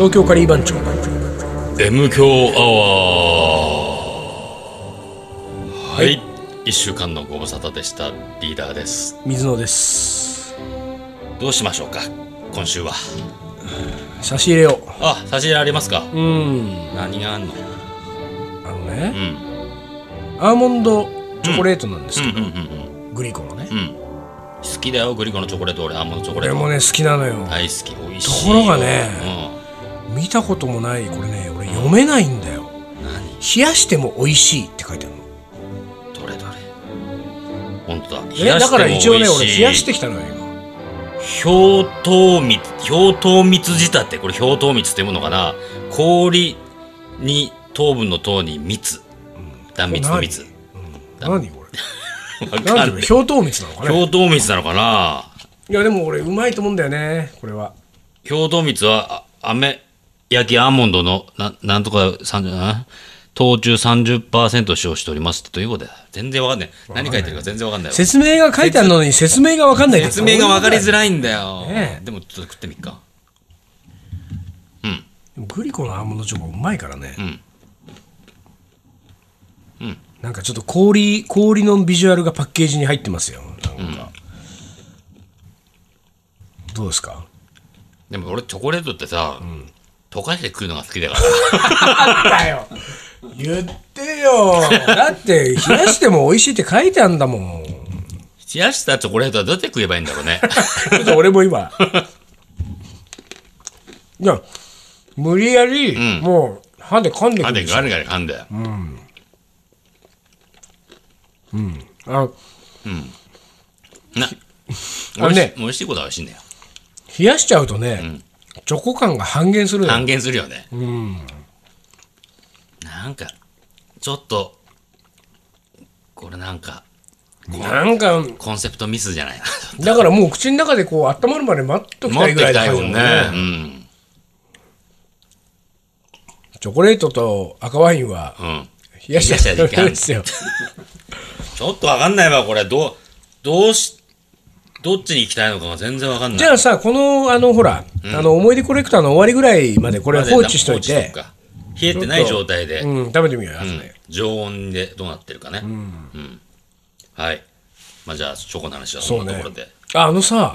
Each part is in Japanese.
東京カリー番長 M 強アワー。はい、1週間のご無沙汰でした。リーダーです。 水野です。 どうしましょうか今週は。 差し入れを。 あ、差し入れありますか。何があんの。 ね、アーモンドチョコレートなんですけど、グリコのね、 好きだよグリコのチョコレート。俺アーモンドチョコレート俺もね好きなのよ。 大好き。美味しいところがね、見たこともないこれね、俺読めないんだよ。冷やしても美味しいって書いてあるの。 どれどれ。本当だ。冷やしても美味しい。 だから一応ね俺冷やしてきたのよ今。 氷糖蜜仕立て。これ氷糖蜜って読むのかな。氷に糖分の糖に蜜、断蜜の蜜。 何これなんで氷糖蜜なのかね。 氷糖蜜なのかな。 いやでも俺うまいと思うんだよねこれは。 氷糖蜜は飴焼きアーモンドのなんとか糖中 30% 使用しておりますということで、全然わかんない。何書いてるか全然わかんない。 説明が書いてあるのに説明がわかんない。 説明がわかりづらいんだよ、でもちょっと食ってみっか。 グリコのアーモンドチョコうまいからね。なんかちょっと氷のビジュアルがパッケージに入ってますよ。なんか、どうですか。 でも俺チョコレートってさ、溶かして食うのが好きだからなんだよ言ってよ。だって冷やしても美味しいって書いてあるんだもん。 冷やしたチョコレートはどうやって食えばいいんだろうね。 ちょっと俺も今いや無理やり、もう歯で噛んでくるんですよ。 歯でガリガリ噛んで。美味しいことは美味しいんだよ。 冷やしちゃうとね、チョコ感が半減するのよ。 半減するよね。なんかちょっとこれなんかコンセプトミスじゃないな。 だからもう口の中でこう温まるまで待っときたいぐらいだよね。チョコレートと赤ワインは冷やしちゃダメですよ。 ちょっと分かんないわこれ。どっちに行きたいのかが全然分かんない。 じゃあさ、このほら、思い出コレクターの終わりぐらいまでこれ放置しといて、 冷えてない状態で食べてみようよ。 常温でどうなってるかね。はい。まあじゃあチョコの話はそんなところで。 さ、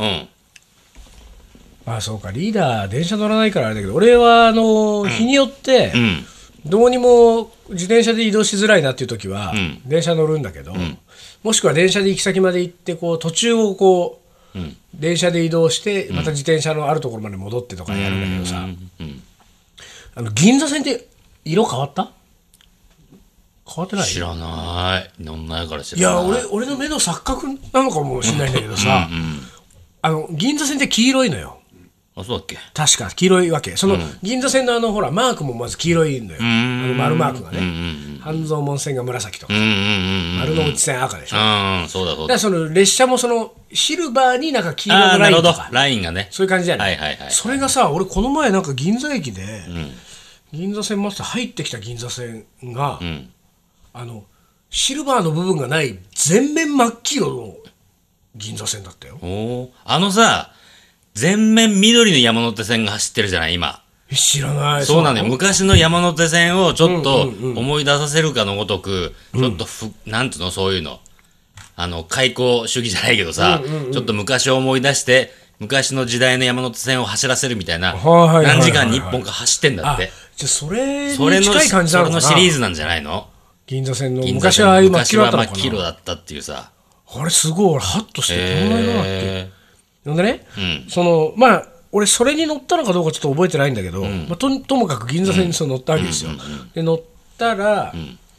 そうか、リーダー電車乗らないからあれだけど、俺は日によってどうにも自転車で移動しづらいなっていう時は電車乗るんだけど、もしくは電車で行き先まで行ってこう途中をこう電車で移動してまた自転車のあるところまで戻ってとかやるんだけどさ、銀座線って色変わった？変わってない？ 知らない。乗んないから知らない。 いや俺の目の錯覚なのかもしれないんだけどさ、銀座線って黄色いのよ。 あ、そうだっけ。 確か黄色いわけ。その銀座線のほらマークもまず黄色いのよ。丸マークがね、半蔵門線が紫とか、丸の内線赤でしょ。 そうだそうだ。 だからその列車もそのシルバーになんか黄色のラインとか、 ラインがね、 そういう感じじゃない。それがさ、俺この前なんか銀座駅で銀座線待って入ってきた銀座線がシルバーの部分がない全面真っ黄色の銀座線だったよ。 さ、全面緑の山手線が走ってるじゃない今。 知らない。 そうなのよ。昔の山手線をちょっと思い出させるかのごとく、ちょっとなんつうの、そういうの開港主義じゃないけどさ、ちょっと昔を思い出して昔の時代の山手線を走らせるみたいな、何時間に1本か走ってんだって。 じゃあそれに近い感じなのかな。 それのシリーズなんじゃないの。 銀座線の昔は真っ黄色だったのかな。 昔は真っ黄色だったっていうさ。 あれすごい、俺ハッとしてこんな色だってなんでね、まあ俺それに乗ったのかどうかちょっと覚えてないんだけど、ともかく銀座線に乗ったわけですよ。で乗ったら、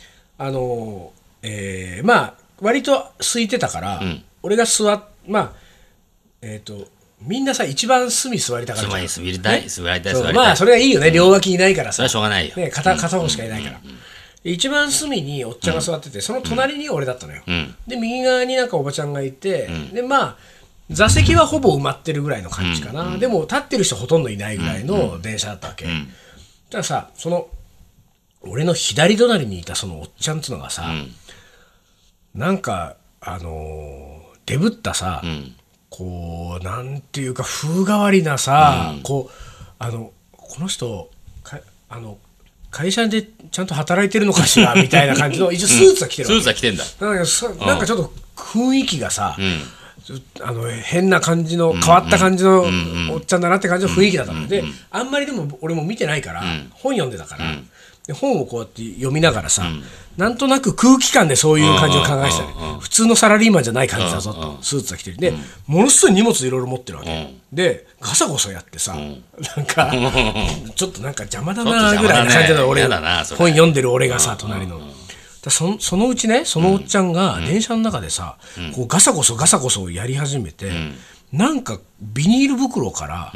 まあ割と空いてたから、俺がみんなさ一番隅座りたから座りたい。 まあそれはいいよね、両脇いないからさ。 それはしょうがないよ。 片方しかいないから。一番隅におっちゃんが座ってて、その隣に俺だったのよ。で右側になんかおばちゃんがいて、でまあ座席はほぼ埋まってるぐらいの感じかな。でも立ってる人ほとんどいないぐらいの電車だったわけ。だからさ、俺の左隣にいたそのおっちゃんっていうのがさ、なんかデブったさ、こうなんていうか風変わりなさ、こうこの人会社でちゃんと働いてるのかしらみたいな感じの一応スーツは着てるわけ、 スーツは着てんだ。 なんかちょっと雰囲気がさ、変な感じの変わった感じのおっちゃんだなって感じの雰囲気だったので、あんまりでも俺も見てないから、本読んでたから、で本をこうやって読みながらさ、なんとなく空気感でそういう感じを考えてたね。普通のサラリーマンじゃない感じだぞと、スーツが着てるで、ものすごい荷物いろいろ持ってるわけ、でガサゴソやってさ、なんかちょっとなんか邪魔だなぐらいな感じだ、俺本読んでる俺がさ、隣の。そのうちね、そのおっちゃんが電車の中でさ、こうガサゴソガサゴソやり始めて、なんかビニール袋から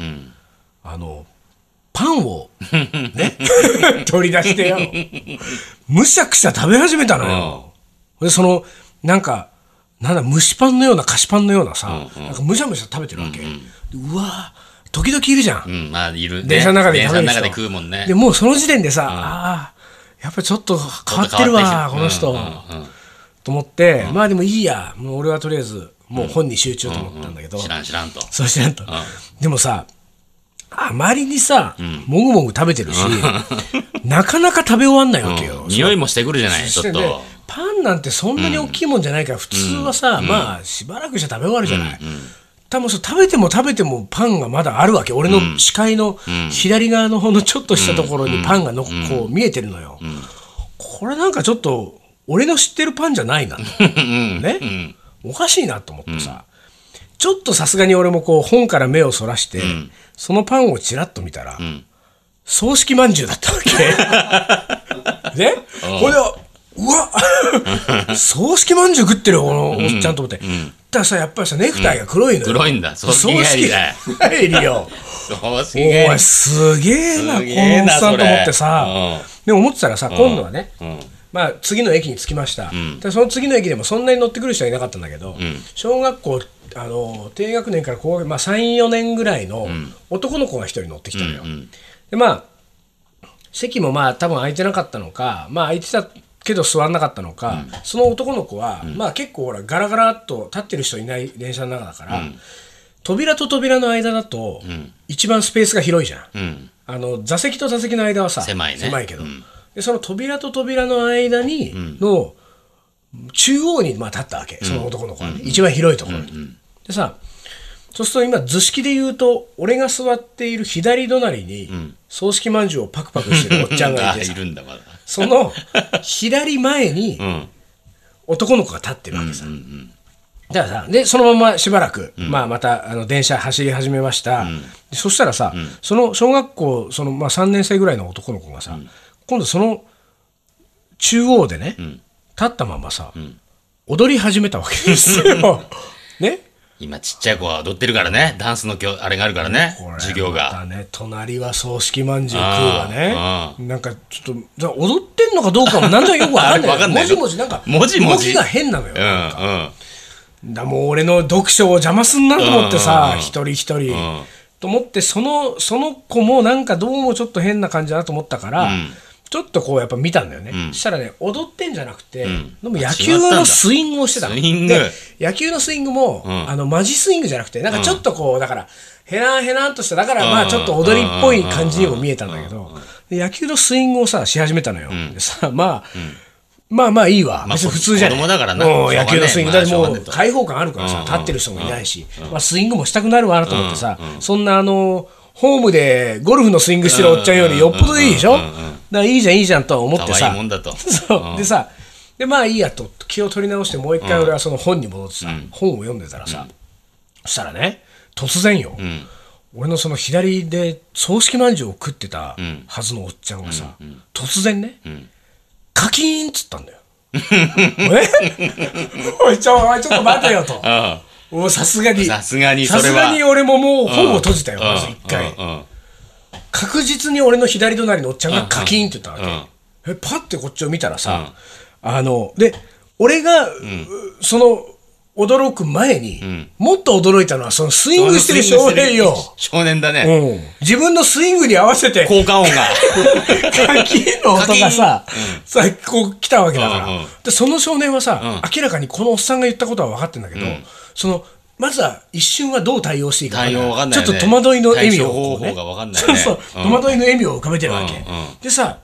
パンをね取り出してよ、むしゃくしゃ食べ始めたのよ。でなんだ蒸しパンのような菓子パンのようなさ、なんかむしゃむしゃ食べてるわけ、うわー時々いるじゃん、 まあいるね、 電車の中で食べる人、 電車の中で食うもんね。 でもうその時点でさ、やっぱりちょっと変わってるわこの人、と思って、まあでもいいや、もう俺はとりあえずもう本に集中と思ったんだけど、 知らんと、 そう知らんと、でもさ、あまりにさ、もぐもぐ食べてるし、なかなか食べ終わんないわけよ。 匂いもしてくるじゃない、ちょっと。 パンなんてそんなに大きいもんじゃないから、普通はさ、まあしばらくして食べ終わるじゃない。多分食べても食べてもパンがまだあるわけ。俺の視界の左側の方のちょっとしたところにパンがこう見えてるのよ。これなんかちょっと俺の知ってるパンじゃないなとね、おかしいなと思ってさ、ちょっとさすがに俺もこう本から目をそらして、そのパンをちらっと見たら、葬式まんじゅうだったわけね、これでうわ葬式まんじゅう食ってるこのおっちゃんと思って、だからさ、やっぱりさネクタイが黒いのよ、 黒いんだ、葬式帰りだよ、 帰りよ葬式帰り、 おいすげえなこのおっさんと思ってさ、でも思ってたらさ、今度はね、まあ次の駅に着きました、でその次の駅でもそんなに乗ってくる人はいなかったんだけど、小学校低学年から高学年、まあ、3、4年ぐらいの男の子が一人乗ってきたのよ、でまあ席もまあ多分空いてなかったのか、まあ空いてたけど座んなかったのか、その男の子は、まあ結構ほらガラガラっと立ってる人いない電車の中だから、扉と扉の間だと、一番スペースが広いじゃん、座席と座席の間はさ狭いけど、でその扉と扉の間にの中央にまあ立ったわけ、その男の子はね、一番広いところに、でさ、そうすると今図式で言うと俺が座っている左隣に、葬式まんじゅうをパクパクしてるおっちゃんがいてさいるんだまだ、 その左前に男の子が立ってるわけさ、だからさ、でそのまましばらく、まあ、また電車走り始めました、そしたらさ、その小学校まあ、3年生ぐらいの男の子がさ、今度その中央でね、立ったままさ、踊り始めたわけですよね、 今ちっちゃい子は踊ってるからね、ダンスのあれがあるからね、授業が、 まね、隣は葬式まんじゅう食うわね、なんかちょっと踊ってんのかどうかもなんとなくよく分かんないもじもじなんか動きが変なのよ、だもう俺の読書を邪魔すんなと思ってさ、一人一人、と思って、その子もなんかどうもちょっと変な感じだなと思ったから、ちょっとこうやっぱ見たんだよね、そしたらね、踊ってんじゃなくて、でも野球のスイングをしてたの。で野球のスイングも、マジスイングじゃなくて、なんかちょっとこうだからヘランヘランとした、だからまあちょっと踊りっぽい感じにも見えたんだけど、野球のスイングをさし始めたのよ、でさ、まあいいわ、別に普通じゃない、 子供だからな、 野球のスイングだってもう開放感あるからさ、立ってる人もいないし、まあスイングもしたくなるわなと思ってさ、そんなホームでゴルフのスイングしてるおっちゃんよりよっぽどいいでしょ、だからいいじゃんとは思ってさ、 可愛いもんだとそうでさ、でまあいいやと気を取り直して、もう一回俺はその本に戻ってさ、本を読んでたらさ、そしたらね、突然よ、俺のその左で葬式まんじゅうを食ってたはずのおっちゃんがさ、突然ね、カキーンっつったんだよおいちょっと待てよと、もうさすがに俺ももう本を閉じたよ、まず一回、確実に俺の左隣のおっちゃんがカキーンって言ったわけ、パッてこっちを見たらさ、で俺が、その驚く前に、もっと驚いたのはそのスイングしてる少年よ。 少年だね、 自分のスイングに合わせて効果音がカキーンの音がさこう来たわけだから、でその少年はさ、明らかにこのおっさんが言ったことは分かってんだけど、そのまずは一瞬はどう対応していいか対応わかんないよね。 ちょっと戸惑いの笑みをこうね、 対処方法がわかんないね。 そうそう、戸惑いの笑みを浮かべてるわけ、でさ、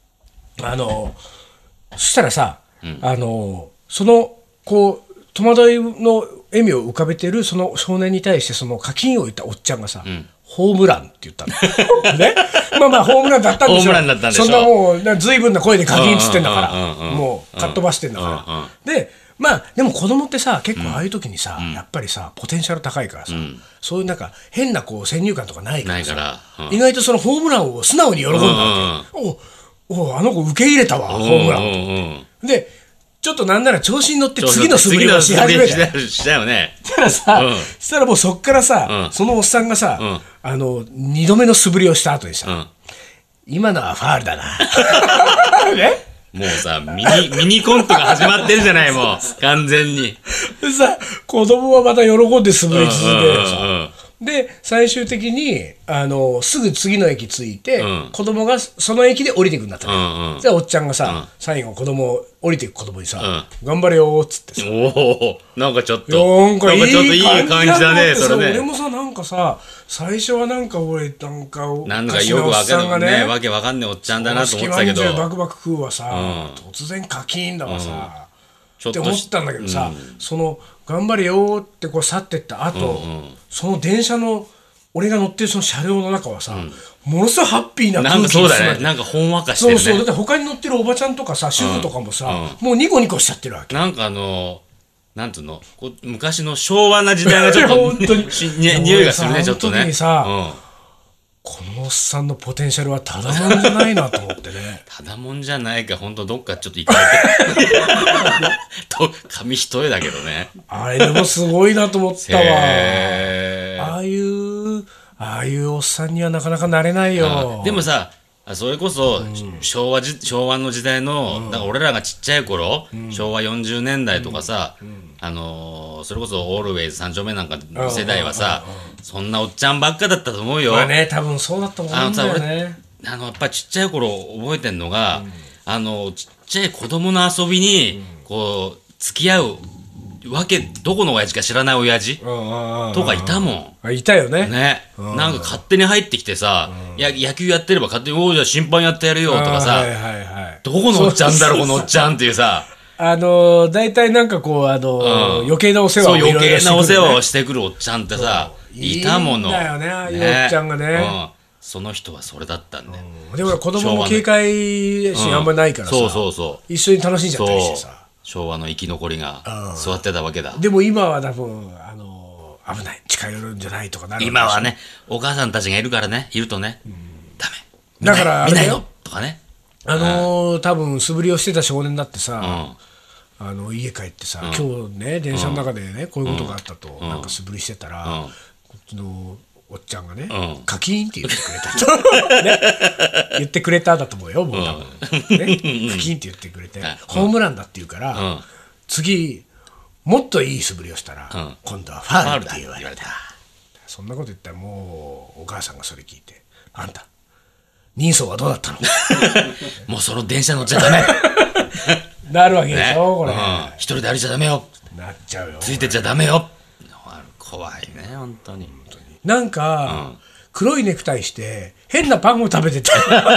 そしたらさ、そのこう戸惑いの笑みを浮かべてるその少年に対してその課金を言ったおっちゃんがさ、ホームランって言ったのね、まあまあホームランだったんでしょ。 ホームランだったんでしょ。 そんなもう随分な声で課金っつってんだから、もうかっ飛ばしてんだから、でまあでも子供ってさ結構ああいう時にさ、やっぱりさポテンシャル高いからさ、そういうなんか変なこう先入観とかないからさ、意外とそのホームランを素直に喜んだわけ、おあの子受け入れたわ、ホームランで、ちょっとなんなら調子に乗って次の素振りをし始めたよね。 したらさ、そしたらもうそっからさ、そのおっさんがさ、2度目の素振りをした後にさ、今のはファールだなね、 もうさミニコントが始まってるじゃないもう完全に。 でさ、子供はまた喜んで素振り続けてさ、で最終的にすぐ次の駅着いて、子供がその駅で降りていくんだったね、でおっちゃんがさ、最後降りていく子供にさ、頑張れよーっつってさ、 おお、なんかちょっといい感じだね、それね。 俺もさ、なんかさ、最初はなんか俺なんかよくわかんね、わけわかんねえおっちゃんだなと思ってたけど、 バクバク食うわさ、突然課金だわさ、って思ったんだけどさ、その頑張れよってこう去ってった後、その電車の俺が乗ってるその車両の中はさ、ものすごいハッピーな空気そうだね、なんかほんわかしてるね。 そうそう、だって他に乗ってるおばちゃんとかさ、主婦とかもさ、もうニコニコしちゃってるわけ。 なんかなんつうの、昔の昭和な時代がちょっと匂いがするね、ちょっとね。 その時にさ、このおっさんのポテンシャルはただもんじゃないなと思ってね。 ただもんじゃないか、ほんとどっかちょっと行かれて紙一重だけどね。 あれでもすごいなと思ったわ。ああいうおっさんにはなかなかなれないよ。 でもさ、それこそ、昭和の時代の、だから俺らがちっちゃい頃、昭和40年代とかさ、それこそオールウェイズ三丁目なんかの世代はさ、そんなおっちゃんばっかだったと思うよ。 まあね、多分そうだったと思うんだよね。 やっぱりちっちゃい頃覚えてんのが、ちっちゃい子供の遊びにこう付き合うわけ、どこの親父か知らない親父とかいたもん。いたよね。 なんか勝手に入ってきてさ、野球やってれば勝手に「おお、じゃあ審判やってやるよ」とかさ、どこのおっちゃんだろこのおっちゃんっていうさ、 大体なんかこう余計なお世話を余計なお世話をしてくるおっちゃんってさいたもの。 いいんだよね、ああいうおっちゃんがね。 その人はそれだったんだよ。 でも子供も警戒心あんまりないからさ、一緒に楽しんじゃったりしてさ、 昭和の生き残りが座ってたわけだ。 でも今は多分危ない、近寄るんじゃないとかなる。 今はね、お母さんたちがいるからね、いるとね、ダメだから見ないのとかね、 多分素振りをしてた少年だってさ、家帰ってさ、今日ね電車の中でねこういうことがあったとなんか素振りしてたら、こっちのおっちゃんがね、カキーンって言ってくれたと、ね、言ってくれただと思うよ、もう多分、ね、カキーンって言ってくれて、ホームランだって言うから、次もっといい素振りをしたら、今度はファールって言われた。そんなこと言ったらもうお母さんがそれ聞いて、あんた人相はどうだったのもうその電車乗っちゃダメなるわけでしょ、これ。 一人で歩いちゃダメよ、 なっちゃうよ、 ついてっちゃダメよ。怖いね、本当に。 なんか、黒いネクタイして変なパンを食べてた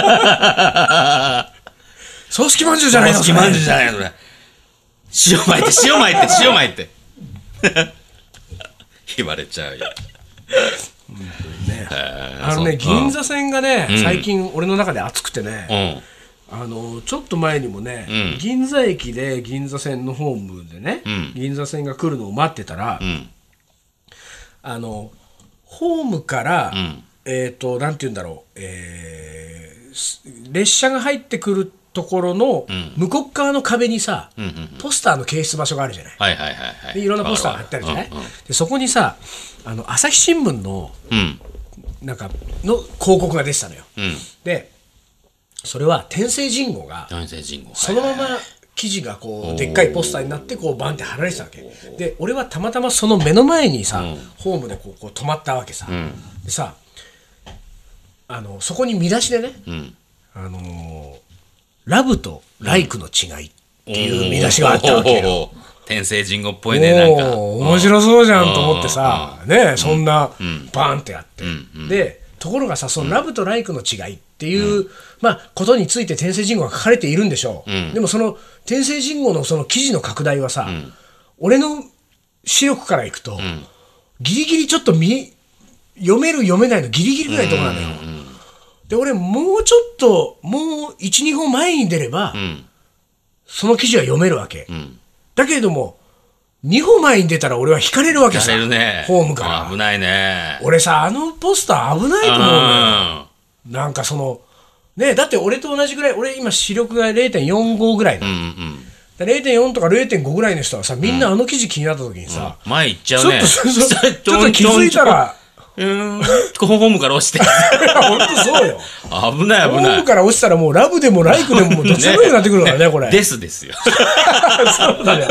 葬式まんじゅうじゃないの、 葬式まんじゅうじゃないの、塩巻いて言われちゃうよ。 銀座線がね、最近俺の中で熱くてね、ちょっと前にもね、銀座駅で銀座線のホームでね、銀座線が来るのを待ってたら、ホームから、なんて言うんだろう、列車が入ってくるところの向こう側の壁にさ、ポスターの掲出場所があるじゃない。でいろんなポスターが貼ってあるじゃない。でそこにさ、朝日新聞のなんかの広告が出てたのよ。でそれは天聖人語がそのまま記事がこうでっかいポスターになってこうバンって貼られてたわけで、俺はたまたまその目の前にさ、ホームでこう止まったわけさ、でさ、そこに見出しでね、ラブとライクの違いっていう見出しがあったわけよ。 天聖人語っぽいね、なんか。 面白そうじゃんと思ってさ、ね、そんなバーンってやって、でところがさ、そのラブとライクの違いっていう、まあ、ことについて天聖人語が書かれているんでしょう、でもその天聖人語のその記事の拡大はさ、俺の視力からいくと、ギリギリちょっと読める読めないのギリギリぐらいのところなのよ、で俺もうちょっともう 1,2 歩前に出れば、その記事は読めるわけ、だけれども2歩前に出たら俺は引かれるわけさ、 ね、 ホームから。 危ないね。 俺さ、あのポスター危ないと思うのよ。なんかそのね、だって俺と同じぐらい、俺今視力が 0.45 ぐらいだ、0.4 とか 0.5 ぐらいの人はさ、みんなあの記事気になった時にさ、 前行っちゃうね。 ちょっと気づいたらホームから落ちて本当そうよ。 危ない危ない。 ホームから落ちたらもうラブでもライクでももうどっちでもよくなってくるからね、これ。 ですよ。 そうだね。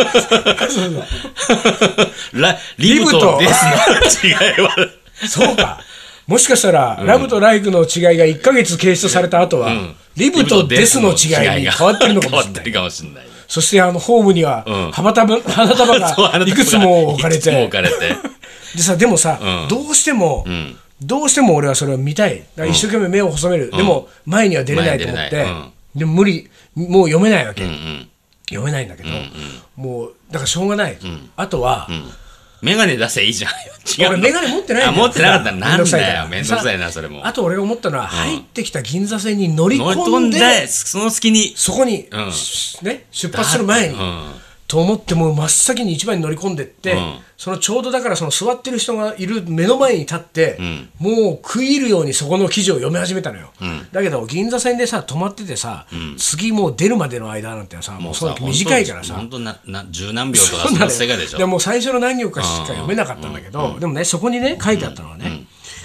リブとデスの違いは。 そうか。もしかしたら、ラブとライクの違いが1ヶ月掲出された後は、リブとデスの違いに変わってるのかもしれない。そしてホームには花束がいくつも置かれて。でさ、でもさ、どうしても俺はそれを見たい。だから一生懸命目を細める。でも前には出れないと思って、でも無理、もう読めないわけ。読めないんだけど、もうだからしょうがない。あとは、 メガネ出せいいじゃん。 俺メガネ持ってないんだよ。 持ってなかったらなんだよ。めんどくさいな、それも。 あと俺が思ったのは、入ってきた銀座線に乗り込んで、 その隙に、 そこにね、出発する前に。と思ってもう真っ先に一番に乗り込んでって、そのちょうどだからその座ってる人がいる目の前に立って、もう食い入るようにそこの記事を読み始めたのよ、だけど銀座線でさ止まっててさ、次もう出るまでの間なんてさ、もうその時短いからさ、 本当十何秒とかそんな世界でしょ。 でも最初の何行かしか読めなかったんだけど、でもね、そこにね書いてあったのはね、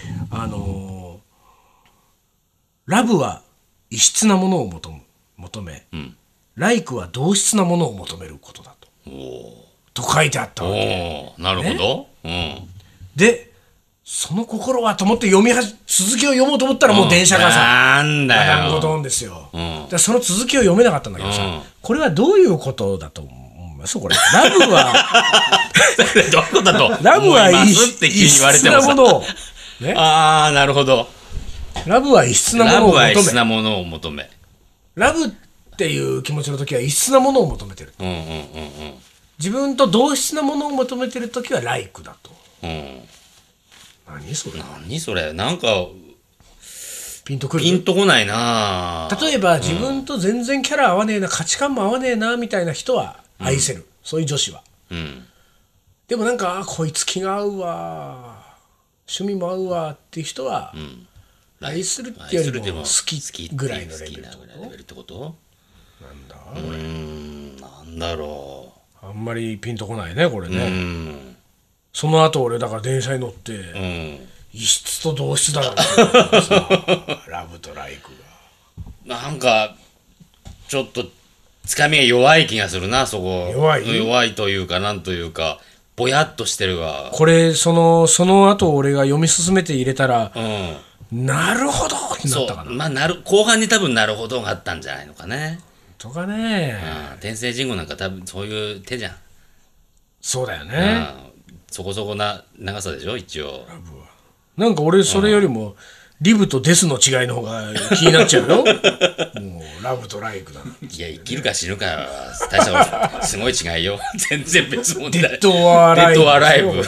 ラブは異質なものを求め、ライクは同質なものを求めることだと書いてあったわけ。 なるほど、 でその心はと思って続きを読もうと思ったら、もう電車がさなんだよ並ぶことなんですよ、でその続きを読めなかったんだけどさ、これはどういうことだと思います？これラブはどういうことだとラブは異質なものを、 ね、なるほど。 ラブは異質なものを求め、 ラブっていう気持ちの時は異質なものを求めてる、自分と同質なものを求めてる時はライクだと、何それなんかピンとこないな。 例えば、自分と全然キャラ合わねえな、価値観も合わねえなみたいな人は愛せる、そういう女子は、でもなんかこいつ気が合うわ、趣味も合うわっていう人は、愛するっていうよりも好きぐらいのレベルってこと？ なんだろう、あんまりピンとこないねこれね。その後俺だから電車に乗って、異質と同質だよねラブとライクがなんかちょっとつかみが弱い気がするな。そこ弱いというか、なんというかぼやっとしてるわ。 これその後俺が読み進めて入れたら、なるほどってなったかな。 後半に多分なるほどがあったんじゃないのかね。 とかね、 天聖人語なんか多分そういう手じゃん。 そうだよね、 そこそこな長さでしょ一応。 ラブはなんか俺それよりも、リブとデスの違いの方が気になっちゃうよもうラブとライクだ。 いや、生きるか死ぬかは大したことすごい違いよ全然別問題。 デッドアライブ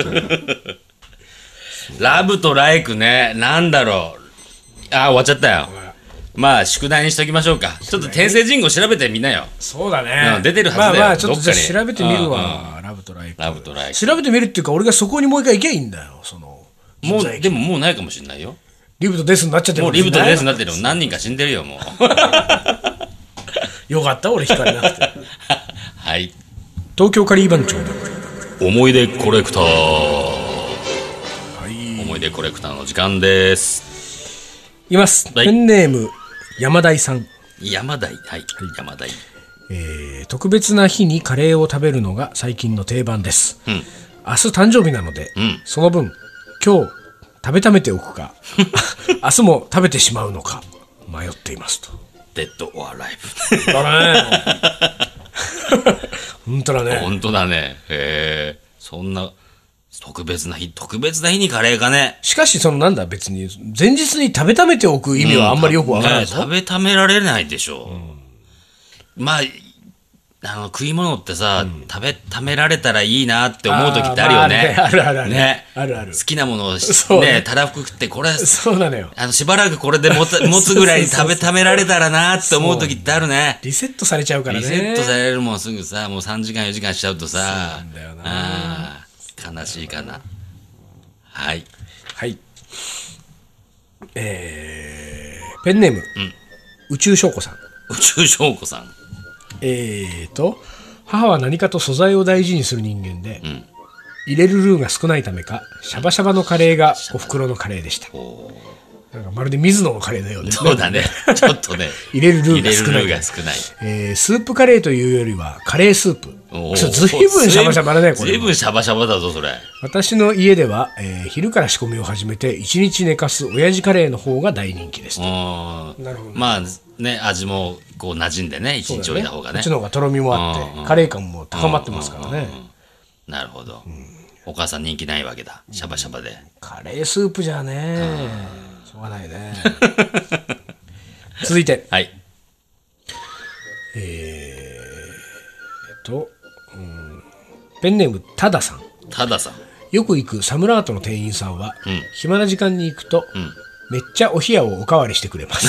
ラブとライクね、なんだろう。終わっちゃったよ。まあ宿題にしときましょうか。ちょっと天聖人語調べてみなよ。 そうだね、 出てるはずだよ。 ちょっとじゃあ調べてみるわ、ラブとライク。調べてみるっていうか、俺がそこにもう一回行けばいいんだよ。 でももうないかもしれないよ。 リブとデスになっちゃってる。 もうリブとデスになってるよ。何人か死んでるよもうよかった、俺引かれなくてはい、 東京カリー番長思い出コレクター、思い出コレクターの時間です。 います、ペンネーム山田さん。 山田、山田。 特別な日にカレーを食べるのが最近の定番です、明日誕生日なので、その分今日食べためておくか明日も食べてしまうのか迷っていますと。 デッドオアライブだね本当だね。 本当だね。へえ。そんな、特別な日にカレーかね。 しかし、なんだ、別に、前日に食べためておく意味はあんまりよくわからないぞ。 食べためられないでしょ。まあ、食い物ってさ、食べためられたらいいなって思う時ってあるよね。 あるあるある。 ね。 あるある。 好きなものをねね、たらふく食って、これ、 そうなのよ。 しばらくこれで持つぐらいに食べためられたらなって思う時ってあるね。 リセットされちゃうからね。 リセットされるもんすぐさ、もう3時間4時間しちゃうとさ、 そうなんだよな。 悲しいかな。はい。 はい。ペンネーム、宇宙翔子さん。 宇宙翔子さん。 母は何かと素材を大事にする人間で、入れるルーが少ないためか、シャバシャバのカレーがお袋のカレーでした。なんかまるで水野のカレーのようですね。 そうだね。ちょっとね。 入れるルーが少ない。スープカレーというよりはカレースープ。ずいぶんシャバシャバだね、これ。 ずいぶんシャバシャバだぞ、それ。 私の家では、昼から仕込みを始めて1日寝かす親父カレーの方が大人気です。なるほど。 まあね、味もこう馴染んでね、1日置いた方がね。 こっちの方がとろみもあって、カレー感も高まってますからね。 なるほど。お母さん人気ないわけだ、シャバシャバで。 カレースープじゃね、しょうがないね。続いて。 はい。 ペンネームタダさん。 タダさん。 よく行くサムラートの店員さんは、暇な時間に行くと、めっちゃお冷やをおかわりしてくれます。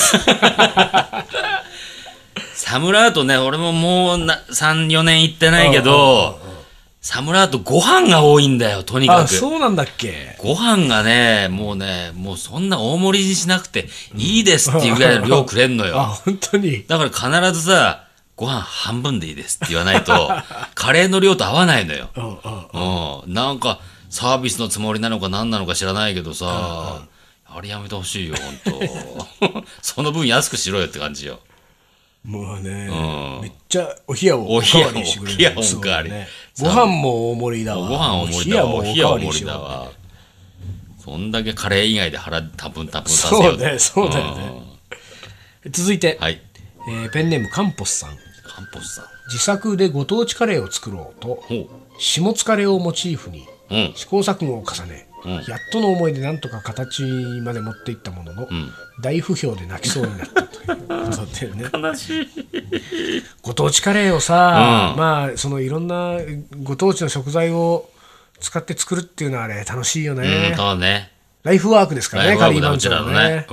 サムラートね、俺ももう3、4年行ってないけど、サムラートご飯が多いんだよ、とにかく。 そうなんだっけ。 ご飯がね、もうそんな大盛りにしなくていいですっていうぐらいの量くれんのよ。 本当に。 だから必ずさ、ご飯半分でいいですって言わないと、カレーの量と合わないのよ。なんかサービスのつもりなのか何なのか知らないけどさ、あれやめてほしいよ、本当。その分安くしろよって感じよ。 もうね、めっちゃお冷やをおかわりしてくれる。 お冷やおかわり。 ご飯も大盛りだわ。 ご飯大盛りだわ。お冷や大盛りだわ。そんだけカレー以外で腹たぶんさせよう。 そうだよね。続いて、ペンネームカンポスさん。自作でご当地カレーを作ろうと、下津カレーをモチーフに試行錯誤を重ね、やっとの思いでなんとか形まで持っていったものの、大不評で泣きそうになったということでね。 悲しい。 ご当地カレーをさ、まあいろんなご当地の食材を使って作るっていうのはあれ楽しいよね。 そうね。 ライフワークですからね、カリー番長のね。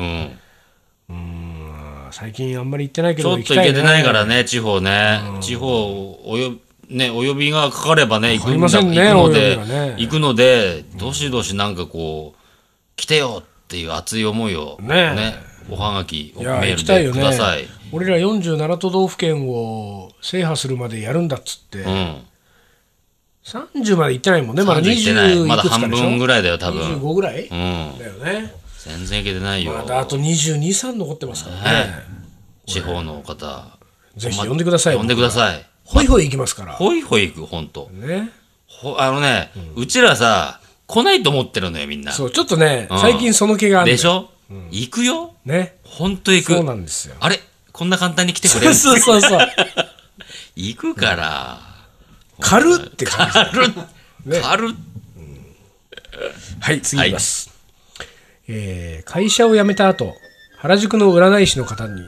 最近あんまり行ってないけど、 ちょっと行けてないからね、地方ね。地方お呼びがかかればね、行くので、どしどしなんかこう、来てよっていう熱い思いをね、おはがき、メールでください。 俺ら47都道府県を制覇するまでやるんだっつって、30まで行ってないもんね、まだ20 まだ半分ぐらいだよ、多分。 25ぐらいだよね。 全然いけてないよ。 まだあと22、3残ってますからね。 地方の方、 ぜひ呼んでください。 呼んでください。 ホイホイ行きますから。 ホイホイ行く、ほんと。うちらさ、来ないと思ってるのよ、みんな。 そう、ちょっとね、最近その気がある。 でしょ？行くよ。 ね。 ほんと行く。 そうなんですよ。 あれこんな簡単に来てくれる？ そう。 行くから。 軽って感じ。 軽っ。 はい、次いきます。会社を辞めた後、原宿の占い師の方に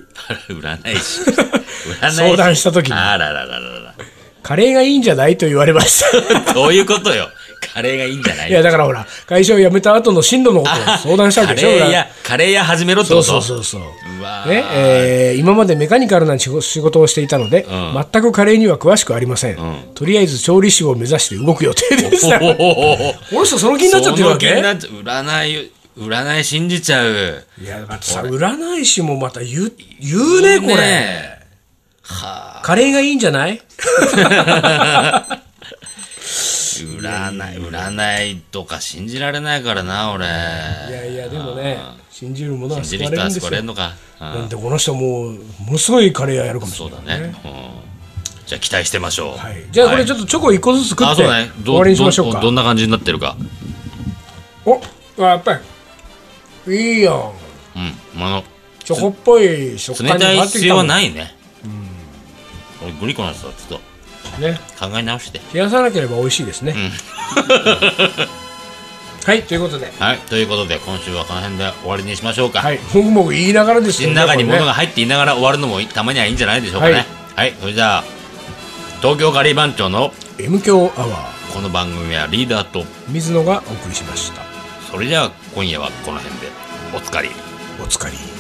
相談した時に、カレーがいいんじゃないと言われました。 どういうことよ。カレーがいいんじゃない？ いや、だからほら、会社を辞めた後の進路のことを相談したわけでしょ。 カレー屋始めろってこと？ そう。今までメカニカルな仕事をしていたので、全くカレーには詳しくありません。とりあえず調理師を目指して動く予定です。この人その気になっちゃってるわけ？ 占い信じちゃう。 いや、だってさ、占い師もまた言うね、これ。カレーがいいんじゃない？ 占いとか信じられないからな、俺。 いや、でもね、信じるものは救われるんですよ。 救われるのか。 なんでこの人ものすごいカレー屋やるかもしれない。 そうだね。じゃあ期待してましょう。 じゃあこれちょっとチョコ1個ずつ食って終わりにしましょうか。 どんな感じになってるか。 やっぱりいいよ。チョコっぽい食感に冷たい必要はないね。これグリコのやつだ、ちょっと。 ね、 考え直して。 冷やさなければ美味しいですね。はい、ということで。 はい、ということで、今週はこの辺で終わりにしましょうか。 はい、もぐもぐ言いながらです口の中に物が入っていながら終わるのもたまにはいいんじゃないでしょうかね。はい、それじゃあ、東京カリー番長の M 強アワー。 この番組はリーダーと水野がお送りしました。 それじゃあ、今夜はこの辺でおつかり。 おつかり。